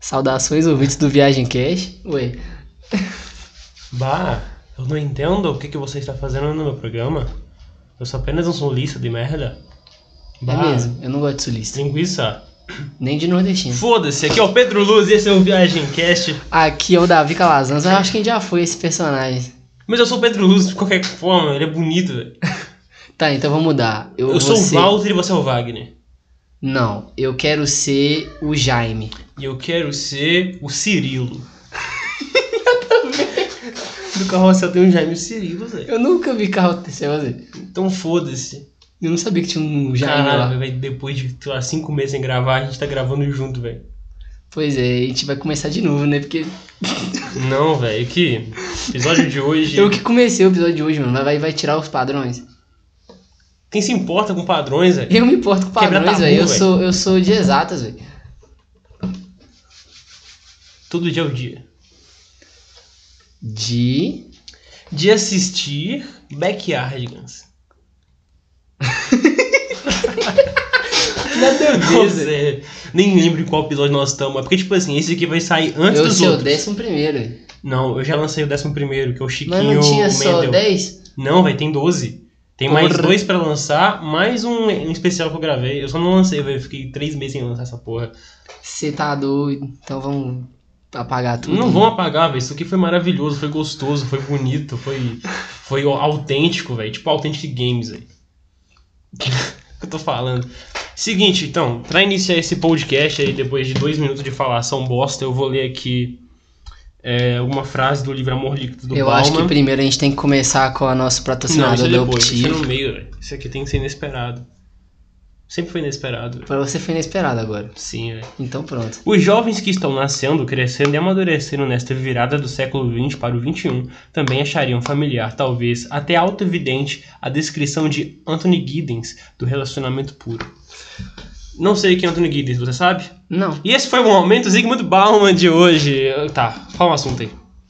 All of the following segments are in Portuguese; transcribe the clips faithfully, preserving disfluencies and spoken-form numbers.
Saudações, ouvintes do Viagem Cash. Oi. Bah, eu não entendo o que, que você está fazendo no meu programa. Eu sou apenas um sulista de merda. É Bah, mesmo, eu não gosto de sulista. linguiça. Nem de nordestino. Foda-se, aqui é o Pedro Luz e esse é o Viagem Cast. Aqui é o Davi Calazans. Eu acho que a gente já foi esse personagem. Mas eu sou o Pedro Luz de qualquer forma, ele é bonito, velho. Tá, então vamos mudar. Eu, Eu vou sou o ser- Walter e você é o Wagner. Não, eu quero ser o Jaime. E eu quero ser o Cirilo. Do carrossel Tem um Jaime Cirilo, velho. Eu nunca vi carrossel, Zé. Então foda-se. Eu não sabia que tinha um Jaime lá. Caralho, velho, depois de, sei lá, cinco meses sem gravar, a gente tá gravando junto, velho. Pois é, a gente vai começar de novo, né? Porque Não, velho, que episódio de hoje... eu que comecei o episódio de hoje, mano. Vai, vai tirar os padrões. Quem se importa com padrões, velho? Eu me importo com Quebra padrões, tabu, velho. Eu velho. sou, eu sou de exatas, velho. Todo dia é o dia. De... De assistir Backyardigans. Nada a ver, Nossa, Zé. é, nem lembro em qual episódio nós estamos. É porque, tipo assim, esse aqui vai sair antes Eu dos sou o outros. décimo primeiro, velho. Não, eu já lancei o décimo primeiro, que é o Chiquinho Mas não tinha só Mendel. dez? Não, vai, tem doze. Tem Porra. mais dois pra lançar, mais um, um especial que eu gravei. Eu só não lancei, velho. Eu fiquei três meses sem lançar essa porra. Você tá doido. Então vamos apagar tudo. Não vão apagar, velho. Isso aqui foi maravilhoso, foi gostoso, foi bonito, foi, foi autêntico, velho. Tipo Authentic Games, velho. O que eu tô falando? Seguinte, então, pra iniciar esse podcast aí, depois de dois minutos de falação bosta, eu vou ler aqui é, uma frase do livro Amor Líquido do Eu Bauman. acho que primeiro a gente tem que começar com a nossa Não, patrocinadora isso é da depois, isso é Optiv. no meio, velho. Isso aqui tem que ser inesperado. Sempre foi inesperado, velho. Pra você foi inesperado agora. Sim, velho. Então pronto. Os jovens que estão nascendo, crescendo e amadurecendo nesta virada do século vinte para o vinte e um também achariam familiar, talvez até autoevidente, a descrição de Anthony Giddens do relacionamento puro. Não sei quem é Anthony Giddens, você sabe? Não. E esse foi o momento Zygmunt Bauman de hoje. Tá, fala um assunto aí.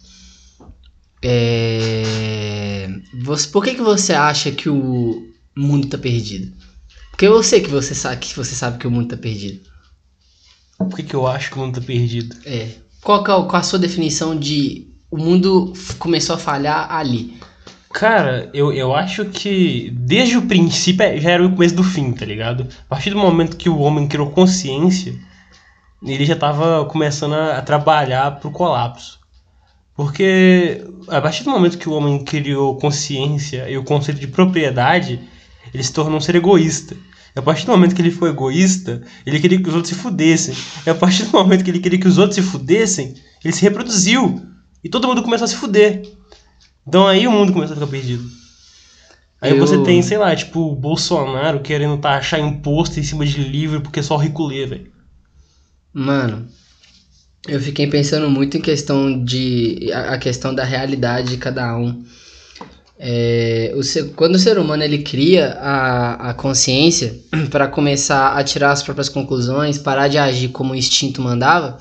É... Você, por que, que você acha que o mundo tá perdido? Porque eu sei que você sabe que você sabe que o mundo tá perdido. Por que, que eu acho que o mundo tá perdido? É. Qual, que é o- qual a sua definição de o mundo f- começou a falhar ali? Cara, eu, eu acho que desde o princípio é- já era o começo do fim, tá ligado? A partir do momento que o homem criou consciência, ele já tava começando a, a trabalhar pro colapso. Porque a partir do momento que o homem criou consciência e o conceito de propriedade, ele se tornou um ser egoísta. E a partir do momento que ele foi egoísta, ele queria que os outros se fudessem. E a partir do momento que ele queria que os outros se fudessem, ele se reproduziu. E todo mundo começou a se fuder. Então aí o mundo começou a ficar perdido. Aí Eu- você tem, sei lá, tipo, o Bolsonaro querendo taxar imposto em cima de livro porque só o rico lê, velho. Mano, eu fiquei pensando muito em questão de a, a questão da realidade de cada um. É, o ser- quando o ser humano ele cria a, a consciência para começar a tirar as próprias conclusões, parar de agir como o instinto mandava,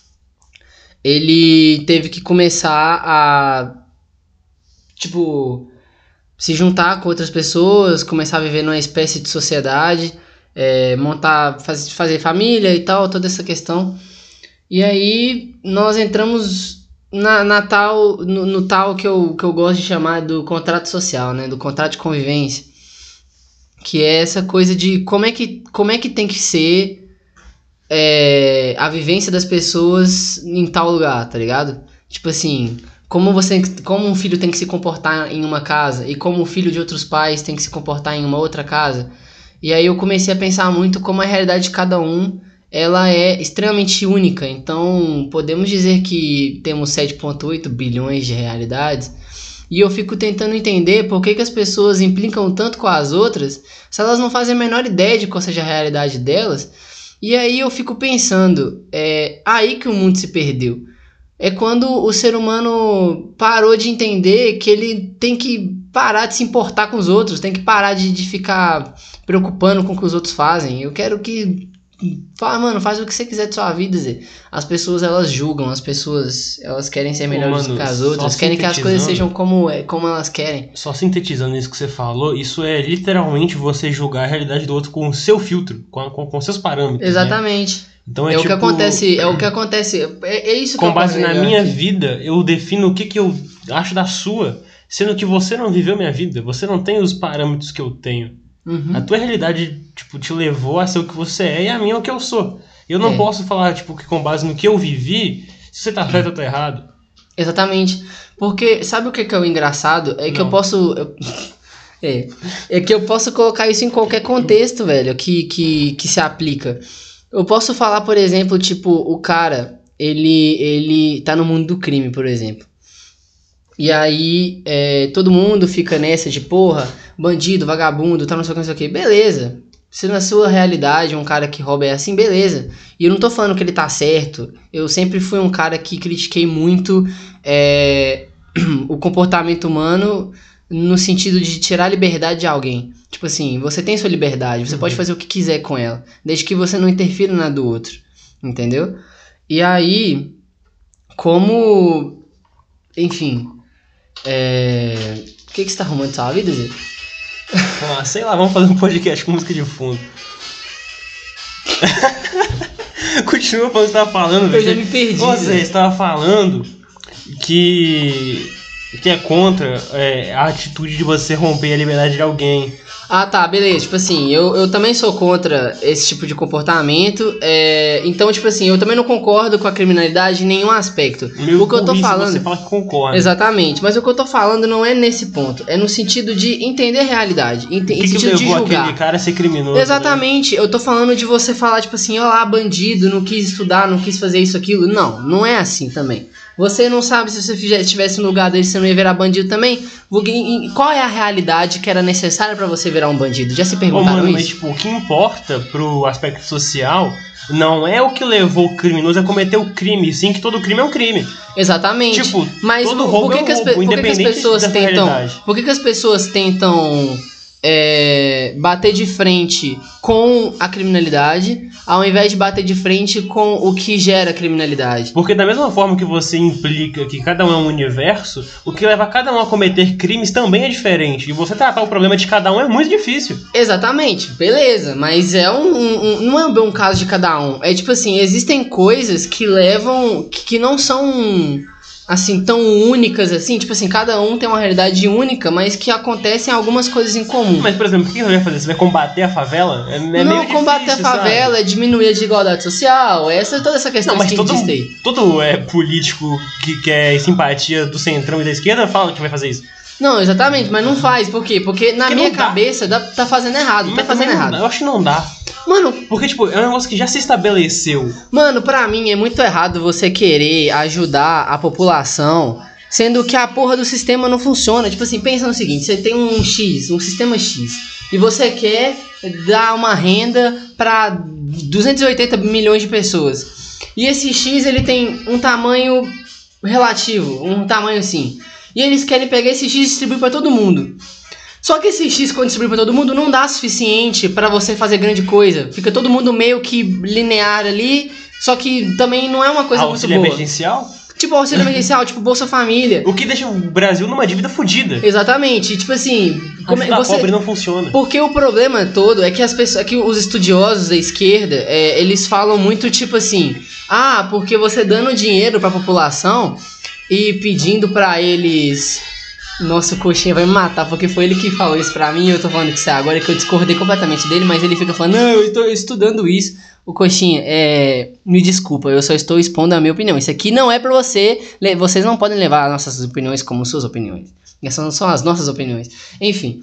ele teve que começar a tipo se juntar com outras pessoas, começar a viver numa espécie de sociedade, é, montar, faz, fazer família e tal, toda essa questão. E aí nós entramos na, na tal, no, no tal que eu, que eu gosto de chamar do contrato social, né? Do contrato de convivência. Que é essa coisa de como é que, como é que tem que ser é, a vivência das pessoas em tal lugar, tá ligado? Tipo assim, como, você, como um filho tem que se comportar em uma casa e como o filho de outros pais tem que se comportar em uma outra casa. E aí eu comecei a pensar muito como a realidade de cada um ela é extremamente única. Então podemos dizer que temos sete vírgula oito bilhões de realidades. E eu fico tentando entender por que, que as pessoas implicam tanto com as outras se elas não fazem a menor ideia de qual seja a realidade delas. E aí eu fico pensando, é aí que o mundo se perdeu. É quando o ser humano parou de entender que ele tem que parar de se importar com os outros, tem que parar de, de ficar preocupando com o que os outros fazem. Eu quero que... Fala, mano, faz o que você quiser de sua vida, Zé. As pessoas, elas julgam, as pessoas, elas querem ser melhores Mano, do que as só outras, querem que as coisas sintetizando- sejam como, é, como elas querem. Só sintetizando isso que você falou, isso é literalmente você julgar a realidade do outro com o seu filtro, com, com, com seus parâmetros. Né? Exatamente. Então é, É o tipo, que acontece, é o que acontece, é, é isso que com eu base na eu minha acho. vida, eu defino o que, que eu acho da sua, sendo que você não viveu minha vida, você não tem os parâmetros que eu tenho. A Uhum. tua realidade, tipo, te levou a ser o que você é e a minha é o que eu sou. Eu não É, posso falar, tipo, que com base no que eu vivi, se você tá certo ou tá errado. exatamente. Porque sabe o que que é o engraçado? É que eu Não. posso. eu- é, é que eu posso colocar isso em qualquer contexto, velho, que, que, que se aplica. Eu posso falar, por exemplo, tipo, o cara, ele, ele tá no mundo do crime, por exemplo. E aí, é, todo mundo fica nessa de, porra, bandido, vagabundo, tá não sei o que, não sei o que. Beleza. Se na sua realidade um cara que rouba é assim, beleza. E eu não tô falando que ele tá certo. Eu sempre fui um cara que critiquei muito é, o comportamento humano no sentido de tirar a liberdade de alguém. Tipo assim, você tem sua liberdade, você Uhum. pode fazer o que quiser com ela, desde que você não interfira na do outro. Entendeu? E aí, como... Enfim... É... O que, que você tá arrumando na sua vida, Zé? Ah, sei lá, vamos fazer um podcast com música de fundo. Continua falando o que você tava falando, Eu velho. já me perdi. Você Zé. estava falando que, que é contra é, a atitude de você romper a liberdade de alguém. Ah, tá, beleza. Tipo assim, eu, eu também sou contra esse tipo de comportamento. É... Então, tipo assim, eu também não concordo com a criminalidade em nenhum aspecto. Meio O que eu tô burrice falando... você fala que concorda. Exatamente, mas o que eu tô falando não é nesse ponto. É no sentido de entender a realidade. Em, O que, em que sentido de levou julgar. aquele cara a ser criminoso? Né? Exatamente, eu tô falando de você falar, tipo assim, ó lá, bandido, não quis estudar, não quis fazer isso, aquilo. Não, não é assim também. Você não sabe se você estivesse no lugar dele, você não ia virar bandido também? Qual é a realidade que era necessária pra você virar um bandido? Já se Ô, perguntaram mano, mas isso? tipo, o que importa pro aspecto social não é o que levou o criminoso a cometer o crime, sim que todo crime é um crime. Que Tipo, mas todo por, roubo por que, é um que, as, roubo, pe- por que, que as independente pessoas dessa tentam. realidade. Por que, que as pessoas tentam é, bater de frente com a criminalidade ao invés de bater de frente com o que gera criminalidade? Porque da mesma forma que você implica que cada um é um universo, o que leva cada um a cometer crimes também é diferente. E você tratar o problema de cada um é muito difícil. Exatamente, beleza, mas é um, um- um- não é um caso de cada um. É tipo assim, existem coisas que levam, que, que não são assim tão únicas assim, tipo assim, cada um tem uma realidade única, mas que acontecem algumas coisas em comum. Mas, por exemplo, o que você vai fazer? Você vai combater a favela? É, é não meio combater difícil, a favela, sabe? é diminuir a desigualdade social, essa toda essa questão Não, mas todo, esquerdista aí. todo é, político que quer simpatia do centrão e da esquerda fala que vai fazer isso. Não, exatamente, mas não faz, por quê? Porque na Porque minha não dá. cabeça dá- tá fazendo errado, tá Mas fazendo também não errado. dá, eu acho que não dá. Mano, Porque, tipo, é um negócio que já se estabeleceu. Mano, pra mim é muito errado você querer ajudar a população, sendo que a porra do sistema não funciona. Tipo assim, pensa no seguinte, você tem um X, um sistema X, e você quer dar uma renda pra duzentos e oitenta milhões de pessoas. E esse X, ele tem um tamanho relativo, um tamanho assim. E eles querem pegar esse X e distribuir pra todo mundo. Só que esse X, quando distribui pra todo mundo, não dá suficiente pra você fazer grande coisa. Fica todo mundo meio que linear ali, só que também não é uma coisa muito Auxílio boa. emergencial? Tipo auxílio emergencial, tipo Bolsa Família. O que deixa o Brasil numa dívida fodida. Exatamente, tipo assim, como é, Ajudar você... pobre não funciona. Porque o problema todo é que as pessoas, é que os estudiosos da esquerda, é, eles falam muito tipo assim, ah, porque você dando dinheiro pra população e pedindo pra eles, nossa, o Coxinha vai me matar, porque foi ele que falou isso pra mim, e eu tô falando que isso é agora que eu discordei completamente dele, mas ele fica falando, não, eu estou estudando isso. O Coxinha, é, me desculpa, eu só estou expondo a minha opinião. Isso aqui não é pra você, le- vocês não podem levar as nossas opiniões como suas opiniões. Essas não são as nossas opiniões. Enfim,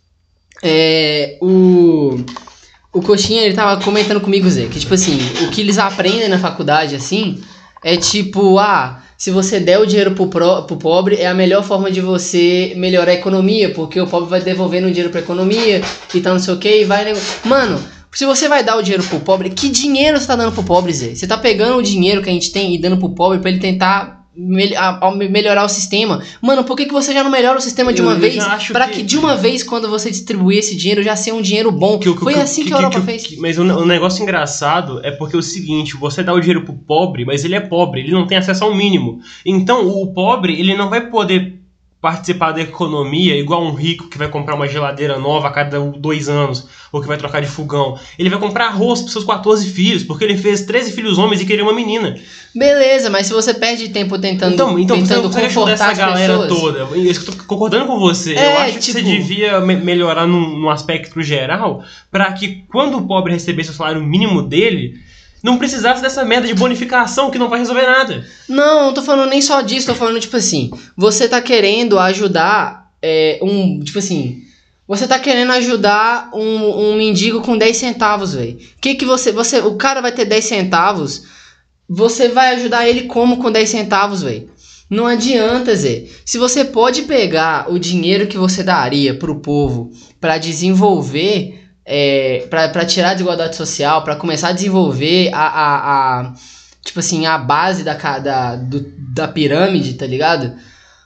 é, o, o Coxinha, ele tava comentando comigo, Zé, que tipo assim, o que eles aprendem na faculdade, assim, é tipo, ah, se você der o dinheiro pro, pro, pro pobre, é a melhor forma de você melhorar a economia, porque o pobre vai devolvendo o dinheiro pra economia e tal, não sei o que, e vai... nego- Mano, se você vai dar o dinheiro pro pobre, que dinheiro você tá dando pro pobre, Zé? Você tá pegando o dinheiro que a gente tem e dando pro pobre pra ele tentar mel- a- a- melhorar o sistema. Mano, por que, que você já não melhora o sistema de Eu- uma eu vez? já acho Pra que- que de uma vez, quando você distribuir esse dinheiro, já ser um dinheiro bom. Que o- que- Foi que- assim que, a Europa fez. que- Mas o, o negócio engraçado é porque é o seguinte, você dá o dinheiro pro pobre, mas ele é pobre, ele não tem acesso ao mínimo. Então o pobre, ele não vai poder participar da economia igual um rico que vai comprar uma geladeira nova a cada dois anos, ou que vai trocar de fogão. Ele vai comprar arroz para seus quatorze filhos, porque ele fez treze filhos homens e queria uma menina. Beleza, mas se você perde tempo tentando, então, então tentando você confortar essa as galera pessoas... toda. Eu tô concordando com você. É, eu acho que tipo... você devia me- melhorar num, num aspecto geral, para que quando o pobre recebesse o salário mínimo dele, não precisasse dessa merda de bonificação que não vai resolver nada. Não, não tô falando nem só disso, tô falando, tipo assim, você tá querendo ajudar é, um, tipo assim, você tá querendo ajudar um, um mendigo com dez centavos, velho. Que que você, você, o cara vai ter dez centavos, você vai ajudar ele como com dez centavos, velho? Não adianta, Zé. Se você pode pegar o dinheiro que você daria pro povo pra desenvolver... É, pra, pra tirar a desigualdade social, pra começar a desenvolver a, a, a tipo assim, a base da, da, do, da pirâmide, tá ligado?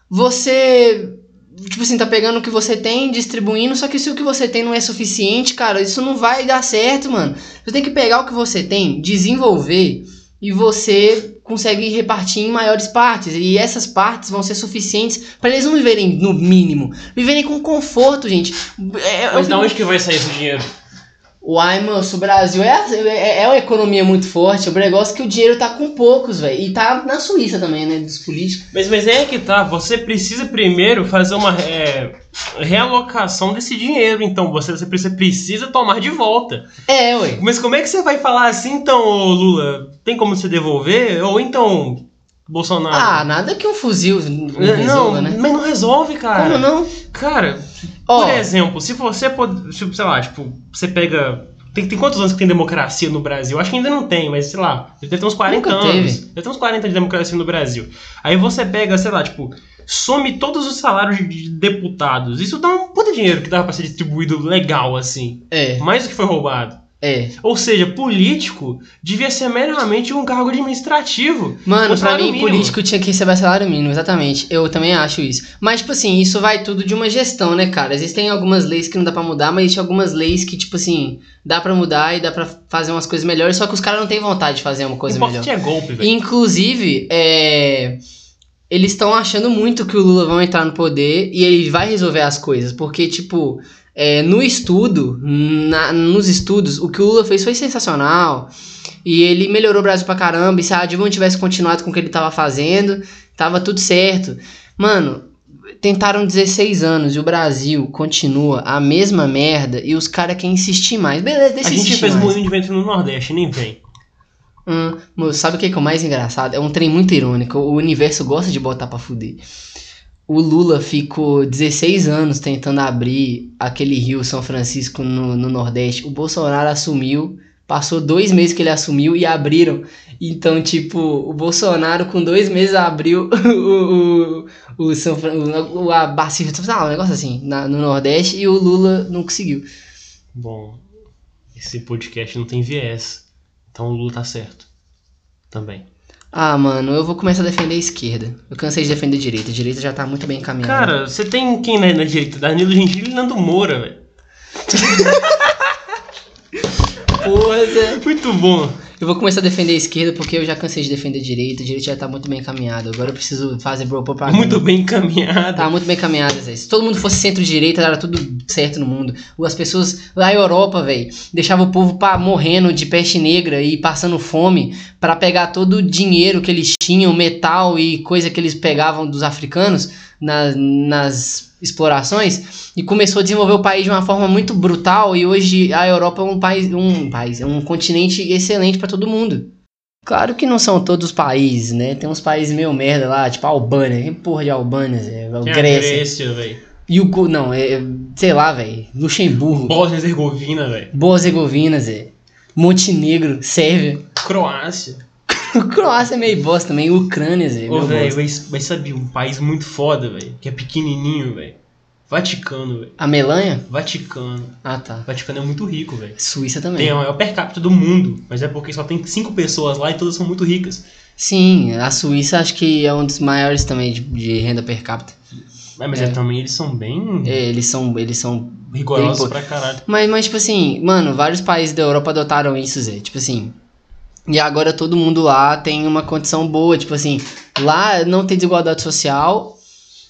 Você, tipo assim, tá pegando o que você tem, distribuindo, só que se o que você tem não é suficiente, cara, isso não vai dar certo, mano. Você tem que pegar o que você tem, desenvolver, e você consegue repartir em maiores partes, e essas partes vão ser suficientes pra eles não viverem no mínimo, viverem com conforto, gente. É, Mas da onde que vai sair esse dinheiro? Uai, moço, o Brasil é, é, é uma economia muito forte. O negócio é que o dinheiro tá com poucos, velho. E tá na Suíça também, né? Dos políticos. Mas, mas é que tá. Você precisa primeiro fazer uma é, realocação desse dinheiro. Então, você, você precisa, precisa tomar de volta. É, ué. Mas como é que você vai falar assim, então, ô, Lula? Tem como você devolver? Ou então, Bolsonaro? Ah, nada que um fuzil não não, resolva, né? Mas não resolve, cara. Como não? Cara, Ó. por exemplo, se você pode, tipo, sei lá, tipo, você pega... Tem, tem quantos anos que tem democracia no Brasil? Acho que ainda não tem, mas sei lá, deve ter uns quarenta Nunca anos. teve. Deve ter uns quarenta de democracia no Brasil. Aí você pega, sei lá, tipo, some todos os salários de deputados. Isso dá um puta dinheiro que dava pra ser distribuído legal, assim. É, Mais do que foi roubado. é. Ou seja, político devia ser meramente um cargo administrativo. Mano, com pra salário mim, mínimo. político tinha que receber salário mínimo, exatamente. Eu também acho isso. Mas, tipo assim, isso vai tudo de uma gestão, né, cara? Existem algumas leis que não dá pra mudar, mas existem algumas leis que, tipo assim, dá pra mudar e dá pra fazer umas coisas melhores, só que os caras não têm vontade de fazer uma O coisa melhor. importante é golpe, velho. Inclusive, é... eles estão achando muito que o Lula vai entrar no poder e ele vai resolver as coisas, porque, tipo... É, no estudo, na, nos estudos, o que o Lula fez foi sensacional. E ele melhorou o Brasil pra caramba. E se a Dilma tivesse continuado com o que ele tava fazendo, tava tudo certo. Mano, tentaram dezesseis anos e o Brasil continua a mesma merda. E os caras querem insistir mais. Beleza, deixa A eu gente insistir fez mais. moinho de vento no Nordeste, nem vem. Hum, moço, sabe o que é, que é o mais engraçado? É um trem muito irônico. O universo gosta de botar pra fuder. O Lula ficou dezesseis anos tentando abrir aquele rio São Francisco no, no Nordeste. O Bolsonaro assumiu, passou dois meses que ele assumiu e abriram. Então, tipo, o Bolsonaro com dois meses abriu o, o, o, São, o, o a bacia, ah, um negócio assim, na, no Nordeste, e o Lula não conseguiu. Bom, esse podcast não tem viés. Então o Lula tá certo. Também. Ah, mano, eu vou começar a defender a esquerda. Eu cansei de defender a direita. A direita já tá muito bem encaminhada. Cara, você tem quem na, na direita? Danilo Gentili e Nando Moura, velho. Porra, Zé. Muito bom. Eu vou começar a defender a esquerda porque eu já cansei de defender a direita. A direita já tá muito bem encaminhada. Agora eu preciso fazer bro propaganda. Muito bem encaminhado. Tá muito bem encaminhada, Zé. Se todo mundo fosse centro-direita, era tudo certo no mundo. As pessoas lá na Europa, velho, deixavam o povo pra, morrendo de peste negra e passando fome pra pegar todo o dinheiro que eles tinham, metal e coisa que eles pegavam dos africanos nas, nas explorações, e começou a desenvolver o país de uma forma muito brutal. E hoje a Europa é um país, um país, é um continente excelente pra todo mundo. Claro que não são todos os países, né? Tem uns países meio merda lá, tipo a Albânia. Que porra de Albânia, Zé? Tem Grécia. a Grécia, velho. E o não, é, sei lá, velho. Luxemburgo, Bósnia e Herzegovina, velho. Boas-Herzegovina, Zé. Montenegro, Sérvia. Croácia. Croácia é meio bosta também. Ucrânia, Zé. Ô, meu velho, bosta. mas, mas sabe um país muito foda, velho? Que é pequenininho, velho. Vaticano, velho. A Melanha? Vaticano. Ah, tá. Vaticano é muito rico, velho. Suíça também. Tem a maior per capita do mundo, mas é porque só tem cinco pessoas lá e todas são muito ricas. Sim, a Suíça acho que é um dos maiores também de, de renda per capita. É, mas É. é, também eles são bem É, eles são, eles são rigorosos bem, pra caralho. Mas, mas, tipo assim, mano, vários países da Europa adotaram isso, Zé. Tipo assim. E agora todo mundo lá tem uma condição boa. Tipo assim, lá não tem desigualdade social.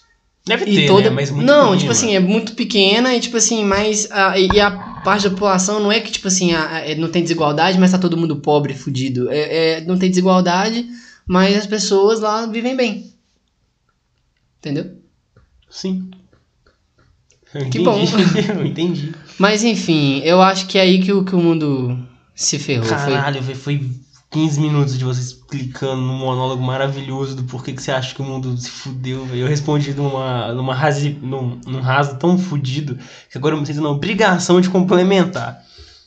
Deve e ter, toda... né? Mas muito Não, mínima. tipo assim, é muito pequena e tipo assim, mas a, e a parte da população não é que tipo assim, a, a, não tem desigualdade, mas tá todo mundo pobre, fudido. É, é, não tem desigualdade, mas as pessoas lá vivem bem. Entendeu? Sim. Eu entendi. Que bom. Eu entendi. Mas enfim, eu acho que é aí que o, que o mundo se ferrou. Caralho, foi... foi quinze minutos de você explicando num monólogo maravilhoso do porquê que você acha que o mundo se fudeu, velho. Eu respondi numa, numa rase, num, num raso tão fudido que agora eu me sinto na obrigação de complementar.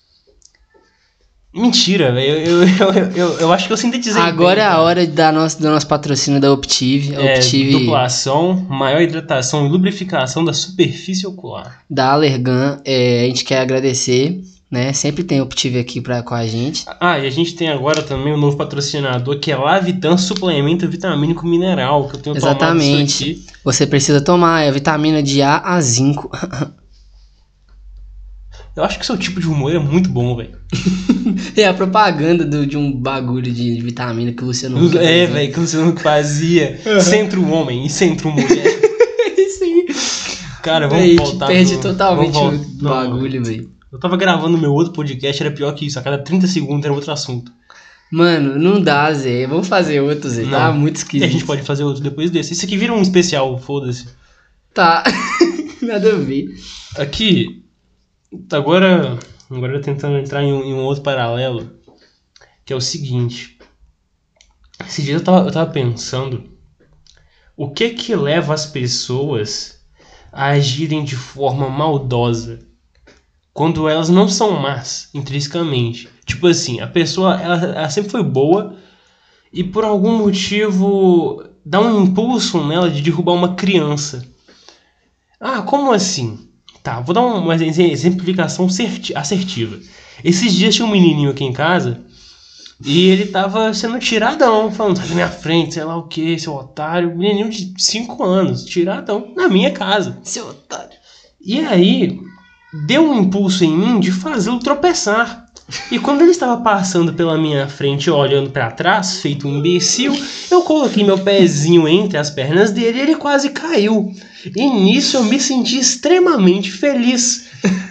Mentira, velho. Eu, eu, eu, eu, eu acho que eu sintetizei. Agora bem, é a cara. hora da nossa, do nosso patrocínio da Optive. A É, Optive duplação, maior hidratação e lubrificação da superfície ocular. da Allergan. É, a gente quer agradecer, né? Sempre tem Optive aqui pra, com a gente. Ah, e a gente tem agora também um novo patrocinador que é Lavitan Suplemento Vitamínico Mineral, que eu tenho Exatamente. tomado isso aqui. Você precisa tomar, é vitamina de A a zinco. Eu acho que seu tipo de humor é muito bom, velho. É a propaganda do, de um bagulho de, de vitamina que o Luciano Huck É, fazia. velho, que o Luciano Huck fazia. Uhum. Centro-homem e centro-mulher. Sim. Cara, vamos Véi, voltar perde pro- totalmente vamos o vol- não, bagulho, velho. Eu tava gravando meu outro podcast, era pior que isso. A cada trinta segundos era outro assunto. Mano, não dá, Zé. Vamos fazer outro, Zé. Tá Não. muito E a esquisito. gente pode fazer outro depois desse. Isso aqui vira um especial, foda-se. Tá. Nada a ver. Aqui, agora, agora tentando entrar em um, em um outro paralelo, que é o seguinte. Esse dia eu tava, eu tava pensando, o que que leva as pessoas a agirem de forma maldosa quando elas não são más intrinsecamente? Tipo assim, a pessoa ela, ela sempre foi boa e por algum motivo dá um impulso nela de derrubar uma criança. Ah, como assim? Tá, vou dar uma exemplificação certi- assertiva. Esses dias tinha um menininho aqui em casa e ele tava sendo tiradão, falando, sai da minha frente, sei lá o que, seu otário. Menininho de cinco anos, tiradão, na minha casa. Seu otário. E aí, deu um impulso em mim de fazê-lo tropeçar. E quando ele estava passando pela minha frente, olhando pra trás, feito um imbecil, eu coloquei meu pezinho entre as pernas dele e ele quase caiu. E nisso eu me senti extremamente feliz.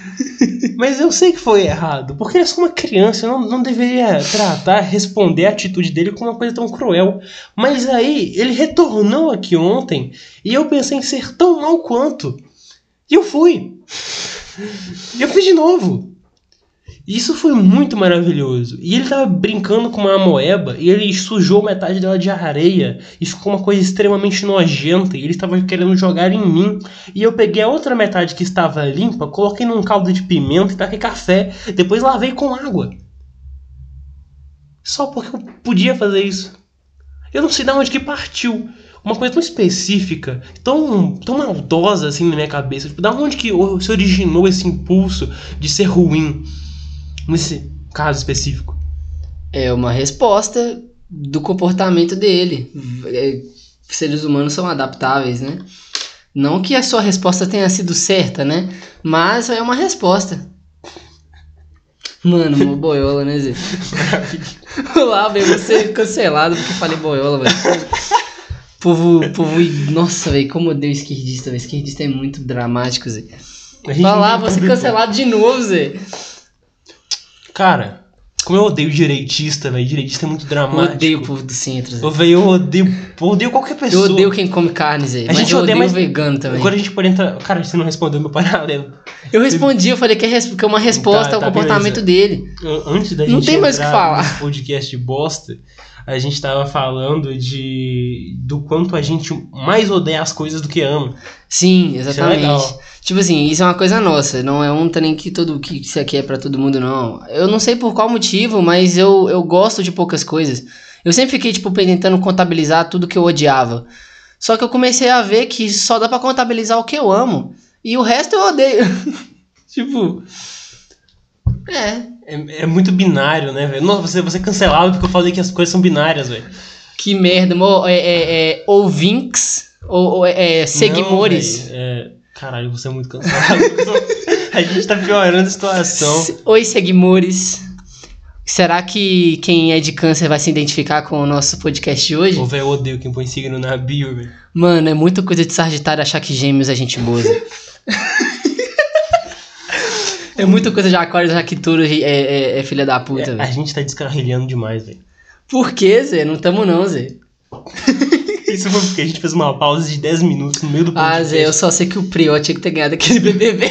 Mas eu sei que foi errado, porque ele é só uma criança, eu não, não deveria tratar, responder a atitude dele com uma coisa tão cruel. Mas aí, ele retornou aqui ontem, e eu pensei em ser tão mal quanto. E eu fui. E eu fiz de novo. Isso foi muito maravilhoso. E ele tava brincando com uma amoeba e ele sujou metade dela de areia e ficou uma coisa extremamente nojenta. E ele estava querendo jogar em mim. E eu peguei a outra metade que estava limpa, coloquei num caldo de pimenta e taquei café. Depois lavei com água. Só porque eu podia fazer isso. Eu não sei de onde que partiu. Uma coisa tão específica, tão, tão maldosa assim na minha cabeça. Tipo, da onde que se originou esse impulso de ser ruim? Nesse caso específico. É uma resposta do comportamento dele. É, seres humanos são adaptáveis, né? Não que a sua resposta tenha sido certa, né? Mas é uma resposta. Mano, uma boiola, né, Zé? Olá, velho, vou ser cancelado porque falei boiola, velho. Povo, povo, nossa, velho, como eu odeio esquerdista, velho. Esquerdista é muito dramático, Zé. Vai lá, vou ser cancelado de novo, Zé. Cara, como eu odeio direitista, velho. Direitista é muito Eu dramático. odeio o povo do centro, Zé. Ô, velho, eu odeio, eu odeio qualquer pessoa. Eu odeio quem come carne, Zé. A Mas gente eu odeia odeio mais- vegano também. Agora a gente pode entrar. Cara, você não respondeu meu paralelo. Eu respondi, eu falei que é, res- que é uma resposta Tá, ao tá, comportamento beleza. dele. Antes da Não gente tem mais o que entrar falar. nesse podcast de bosta, a gente tava falando de do quanto a gente mais odeia as coisas do que ama. Sim, Isso é exatamente. legal. Tipo assim, isso é uma coisa nossa, não é um trem que todo que isso aqui é pra todo mundo, não. Eu não sei por qual motivo, mas eu, eu gosto de poucas coisas. Eu sempre fiquei, tipo, tentando contabilizar tudo que eu odiava. Só que eu comecei a ver que só dá pra contabilizar o que eu amo. E o resto eu odeio. Tipo. É. É, é muito binário, né, velho? Nossa, você, você é cancelado porque eu falei que as coisas são binárias, velho. Que merda, mo. É, é, é, ouvintes, ou, ou é, seguimores. Não, velho, é, caralho, você é muito cancelado. A gente tá piorando a situação. Se- Oi, seguimores. Será que quem é de câncer vai se identificar com o nosso podcast de hoje? Ô, velho, eu odeio quem põe signo na bio, velho. Mano, é muita coisa de Sagitário achar que Gêmeos é gente boa, Zé. É muita coisa de Aquário achar que Touro é, é, é filha da puta, É, velho. a gente tá descarrilhando demais, velho. Por quê, Zé? Não tamo não, Zé. Isso foi porque a gente fez uma pausa de dez minutos no meio do podcast. Ah, Zé, eu só sei que o Prior tinha que ter ganhado aquele B B B.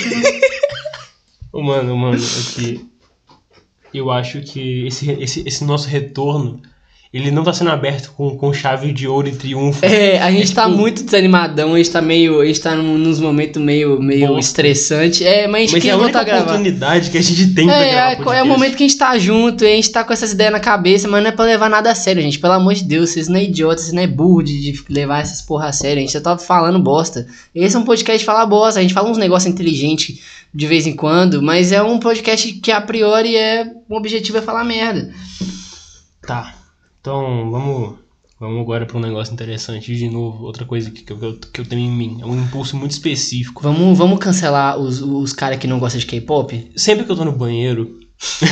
Ô, mano, mano, aqui... Eu acho que esse, esse, esse nosso retorno, ele não tá sendo aberto com, com chave de ouro e triunfo. É, a gente É tá tipo- muito desanimadão, a gente tá meio. A gente tá num- nos momentos meio, meio Bosta. estressante. É, mas a gente Mas é queria a voltar única a gravar. oportunidade que a gente tem pra É, gravar é, podcast. é o momento que a gente tá junto, e a gente tá com essas ideias na cabeça, mas não é pra levar nada a sério, gente. Pelo amor de Deus, vocês não é idiota, vocês não é burro de, de levar essas porra a sério. A gente já tá falando bosta. Esse é um podcast de falar bosta, a gente fala uns negócios inteligentes de vez em quando, mas é um podcast que a priori é. O objetivo é falar merda. Tá, então vamos, vamos agora pra um negócio interessante. De novo, outra coisa que, que, eu, que eu tenho em mim. É um impulso muito específico. Vamos, vamos cancelar os, os caras que não gostam de K-pop? Sempre que eu tô no banheiro...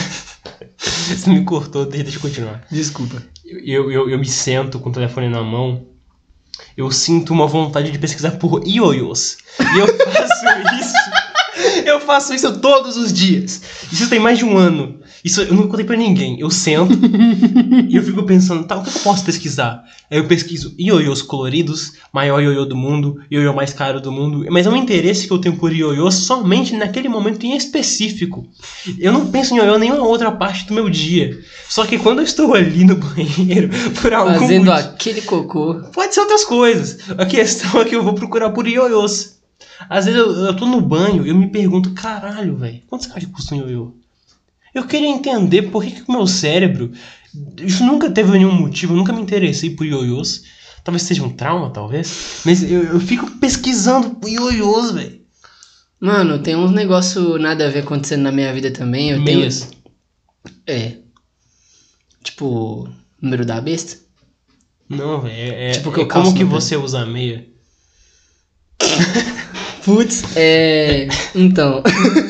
Você me cortou, deixa deixa eu continuar. Desculpa. Eu, eu, eu me sento com o telefone na mão. Eu sinto uma vontade de pesquisar por ioiôs. E eu faço isso. Eu faço isso todos os dias. Isso tem mais de um ano. Isso eu não contei pra ninguém. Eu sento e eu fico pensando, tá, o que eu posso pesquisar? Aí eu pesquiso ioiôs coloridos, maior ioiô do mundo, ioiô mais caro do mundo. Mas é um interesse que eu tenho por ioiôs somente naquele momento em específico. Eu não penso em ioiô em nenhuma outra parte do meu dia. Só que quando eu estou ali no banheiro, por algum Fazendo motivo... aquele cocô. Pode ser outras coisas. A questão é que eu vou procurar por ioiôs. Às vezes eu, eu tô no banho e eu me pergunto, caralho, velho, quanto você acha que custa um ioiô? Eu queria entender por que, que o meu cérebro... Isso nunca teve nenhum motivo, eu nunca me interessei por ioiôs. Talvez seja um trauma, talvez. Mas eu, eu fico pesquisando por ioiôs, velho. Mano, tem uns negócios nada a ver acontecendo na minha vida também. Eu Meias. tenho. É. Tipo, número da besta? Não, velho, é, Tipo é, que eu é como calço que no pé. você usa a meia. Putz, é. Então.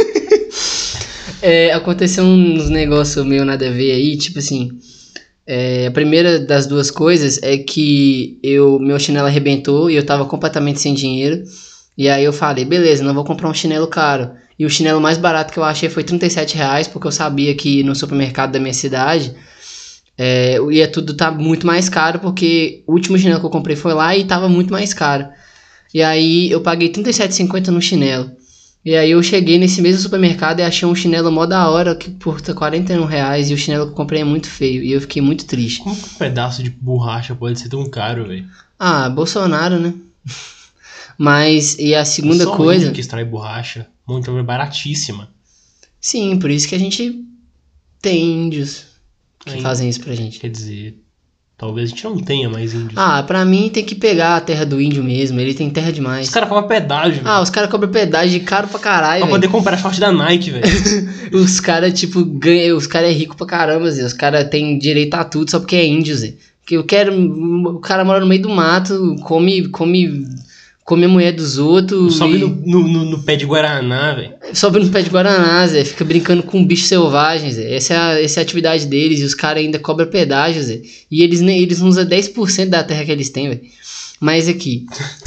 é, aconteceu uns negócios meio nada a ver aí, tipo assim. É, a primeira das duas coisas é que eu, meu chinelo arrebentou e eu tava completamente sem dinheiro. E aí eu falei, beleza, não vou comprar um chinelo caro. E o chinelo mais barato que eu achei foi trinta e sete reais, porque eu sabia que no supermercado da minha cidade é, ia tudo tá muito mais caro, porque o último chinelo que eu comprei foi lá e tava muito mais caro. E aí eu paguei trinta e sete reais e cinquenta centavos no chinelo. E aí eu cheguei nesse mesmo supermercado e achei um chinelo mó da hora que custa quarenta e um reais, e o chinelo que eu comprei é muito feio. E eu fiquei muito triste. Como que um pedaço de borracha pode ser tão caro, velho? Ah, Bolsonaro, né? Mas, e a segunda Só coisa... índio que extrai borracha, muito é baratíssima. Sim, por isso que a gente tem índios que Aí, fazem isso pra gente. Quer dizer, talvez a gente não tenha mais índios. Ah, pra mim tem que pegar a terra do índio mesmo, ele tem terra demais. Os caras cobram pedágio, Ah, velho. os caras cobram pedágio caro pra caralho, Pra velho. poder comprar short da Nike, velho. Os caras, tipo, ganham. Os caras é rico pra caramba, Zé. Os caras têm direito a tudo só porque é índio, Zé. Porque eu quero. O cara mora no meio do mato, come. come. come a mulher dos outros. Sobe e- no, no, no- no pé de Guaraná, velho. Sobe no pé de Guaraná, Zé. Fica brincando com bichos selvagens, Zé. Essa é a, essa é a atividade deles. E os caras ainda cobram pedágio, Zé. E eles, nem, eles não usam dez por cento da terra que eles têm, velho. Mas aqui.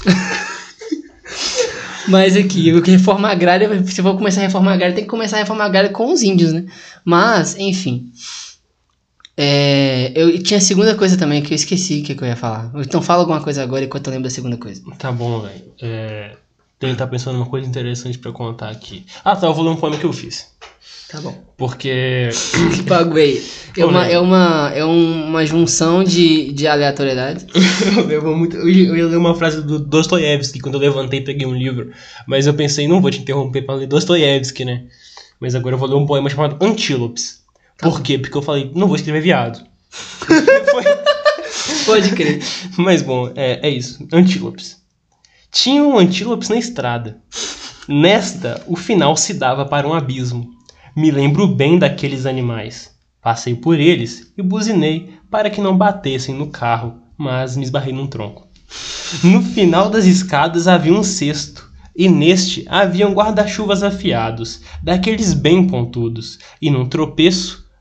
Mas aqui, o que reforma agrária, se for começar a reforma agrária, tem que começar a reforma agrária com os índios, né? Mas, enfim. É, eu tinha a segunda coisa também que eu esqueci o que, que eu ia falar. Então fala alguma coisa agora enquanto eu lembro da segunda coisa. Tá bom, velho. É... Tentar pensando numa coisa interessante pra contar aqui. Ah, tá, eu vou ler um poema que eu fiz. Tá bom. Porque... Que bagulho. É Pô, uma, velho. é uma, é uma junção de, de aleatoriedade. eu, levo muito... eu ia ler uma frase do Dostoiévski quando eu levantei e peguei um livro. Mas eu pensei, não vou te interromper pra ler Dostoiévski, né? Mas agora eu vou ler um poema chamado Antílopes. Tá Por quê? Porque eu falei, não vou escrever viado. Foi... Pode crer. Mas bom, é, é isso. Antílopes. Tinha um antílopes na estrada. Nesta, o final se dava para um abismo. Me lembro bem daqueles animais. Passei por eles e buzinei para que não batessem no carro, mas me esbarrei num tronco. No final das escadas havia um cesto, e neste haviam guarda-chuvas afiados, daqueles bem pontudos, e num tropeço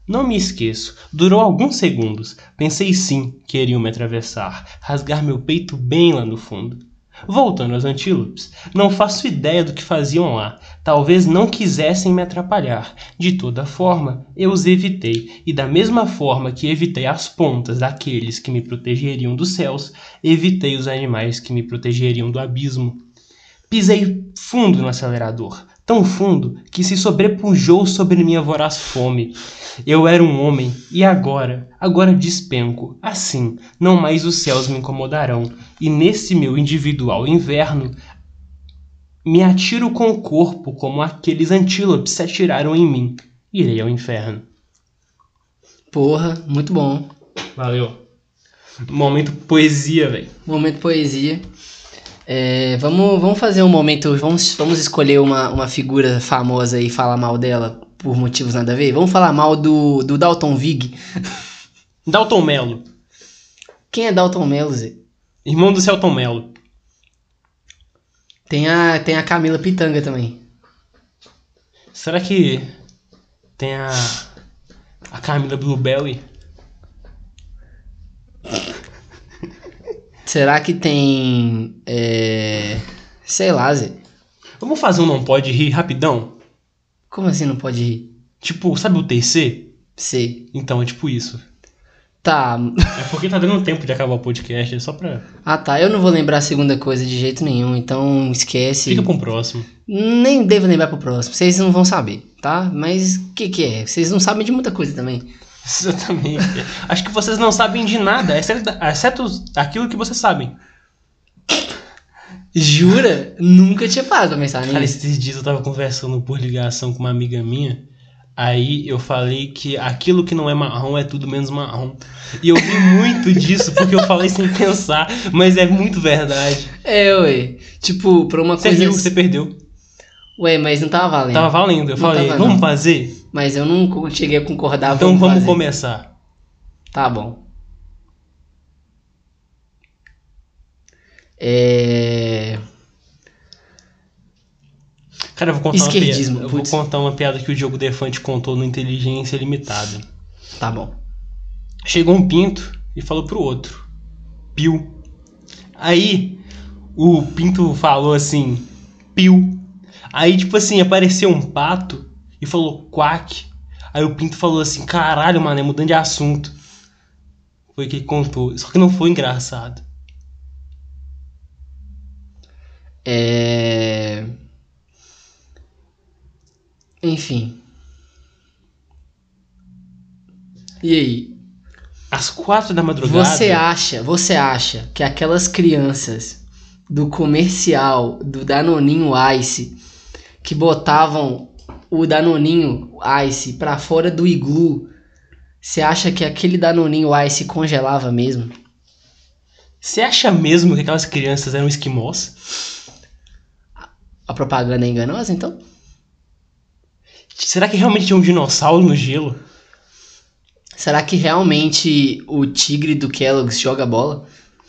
Não me esqueço. Durou alguns segundos. Pensei sim que iriam me atravessar, rasgar meu peito bem lá no fundo. Voltando aos antílopes, não faço ideia do que faziam lá. Talvez não quisessem me atrapalhar. De toda forma, eu os evitei, e da mesma forma que evitei as pontas daqueles que me protegeriam dos céus, evitei os animais que me protegeriam do abismo. Pisei fundo no acelerador, tão fundo que se sobrepujou sobre minha voraz fome. Eu era um homem, e agora, agora despenco. Assim, não mais os céus me incomodarão, e nesse meu individual inverno, me atiro com o corpo como aqueles antílopes se atiraram em mim. Irei ao inferno. Porra, muito bom. Valeu. Momento poesia, velho. Momento poesia. É, vamos, vamos fazer um momento. Vamos, vamos escolher uma, uma figura famosa e falar mal dela por motivos nada a ver. Vamos falar mal do, do Dalton Vig. Dalton Mello. Quem é Dalton Mello, Zé? Irmão do Celton Mello. Tem a, tem a Camila Pitanga também. Será que tem a, a Camila Bluebelly? Será que tem... É... Sei lá, Zé. Vamos fazer um Não Pode Rir rapidão? Como assim não pode rir? Tipo, sabe o T C? Sei. Então, é tipo isso. Tá. É porque tá dando tempo de acabar o podcast, é só pra... Ah, tá. Eu não vou lembrar a segunda coisa de jeito nenhum, então esquece. Fica pro próximo. Nem devo lembrar pro próximo. Vocês não vão saber, tá? Mas o que que é? Vocês não sabem de muita coisa também. Exatamente. Acho que vocês não sabem de nada, exceto, exceto aquilo que vocês sabem. Jura? Nunca tinha parado pra pensar nisso. Cara, esses dias eu tava conversando por ligação com uma amiga minha. Aí eu falei que aquilo que não é marrom é tudo menos marrom. E eu vi muito disso porque eu falei sem pensar, mas é muito verdade. É, ué. Tipo, pra uma Você coisa... riu, você perdeu. Ué, mas não tava valendo. Tava valendo. Eu Não falei, tava, vamos não. fazer? Mas eu não cheguei a concordar. Então vamos fazer. começar. Tá bom. É... Cara, eu vou contar Esquerdismo, uma piada. Eu vou putz. contar uma piada que o Diogo Defante contou no Inteligência Limitada. Tá bom. Chegou um pinto e falou pro outro: piu. Aí o pinto falou assim: piu. Aí, tipo assim, apareceu um pato e falou quack. Aí o pinto falou assim: caralho, mané, mudando de assunto. Foi o que ele contou. Só que não foi engraçado. É... Enfim. E aí? Às quatro da madrugada. Você acha, você acha que aquelas crianças do comercial do Danoninho Ice que botavam o Danoninho Ice pra fora do iglu, você acha que aquele Danoninho Ice congelava mesmo? Você acha mesmo que aquelas crianças eram esquimós? A propaganda é enganosa, então? Será que realmente tinha um dinossauro no gelo? Será que realmente o tigre do Kellogg's joga bola?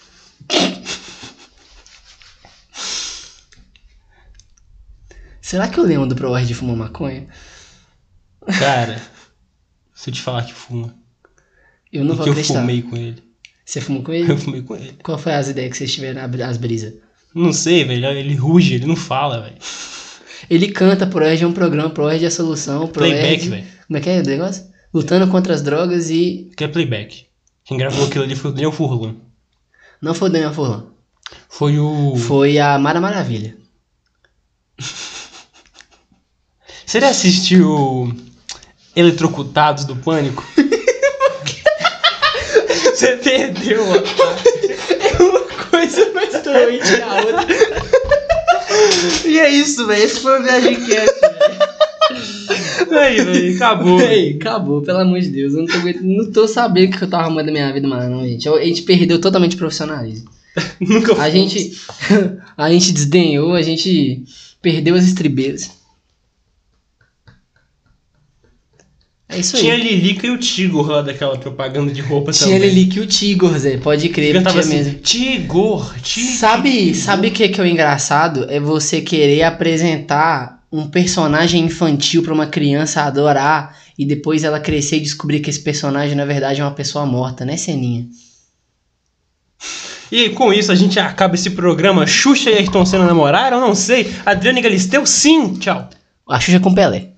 Será que o leão do ProRed fuma maconha? Cara, se eu te falar que fuma. Eu não e vou que acreditar. eu fumei com ele. Você fumou com ele? Eu fumei com ele. Qual foi as ideias que vocês tiveram, as brisas? Não sei, velho. Ele ruge, ele não fala, velho. Ele canta, ProRed é um programa, ProRed é a solução. ProRed... Playback, velho. Como é que é o negócio? Lutando contra as drogas e... Que é playback. Quem gravou aquilo ali foi o Daniel Furlan. Não foi o Daniel Furlan. Foi o... Foi a Mara Maravilha. Você já assistiu Eletrocutados do Pânico? Você perdeu a É uma coisa mais totalmente a outra. E é isso, velho. Esse foi o Viagem Cast, velho. Aí, velho, acabou. Véi, acabou, pelo amor de Deus. Eu não tô, aguentando- não tô sabendo o que eu tava arrumando na minha vida mais, não, gente. A gente perdeu totalmente o profissionalismo. Nunca A gente, a gente desdenhou, a gente perdeu as estribeiras. É isso aí. Tinha a Lilica e o Tigor lá daquela propaganda de roupa Tinha também. Lilique e o Tigor, Zé. Pode crer, Eu tinha tava assim, mesmo. Tigor, Tigor. Sabe, sabe o que, que é o engraçado? É você querer apresentar um personagem infantil pra uma criança adorar e depois ela crescer e descobrir que esse personagem na verdade é uma pessoa morta, né, Seninha? E com isso a gente acaba esse programa. Xuxa e Ayrton Senna namoraram? Não sei. Adriane Galisteu? Sim. Tchau. A Xuxa com Pelé.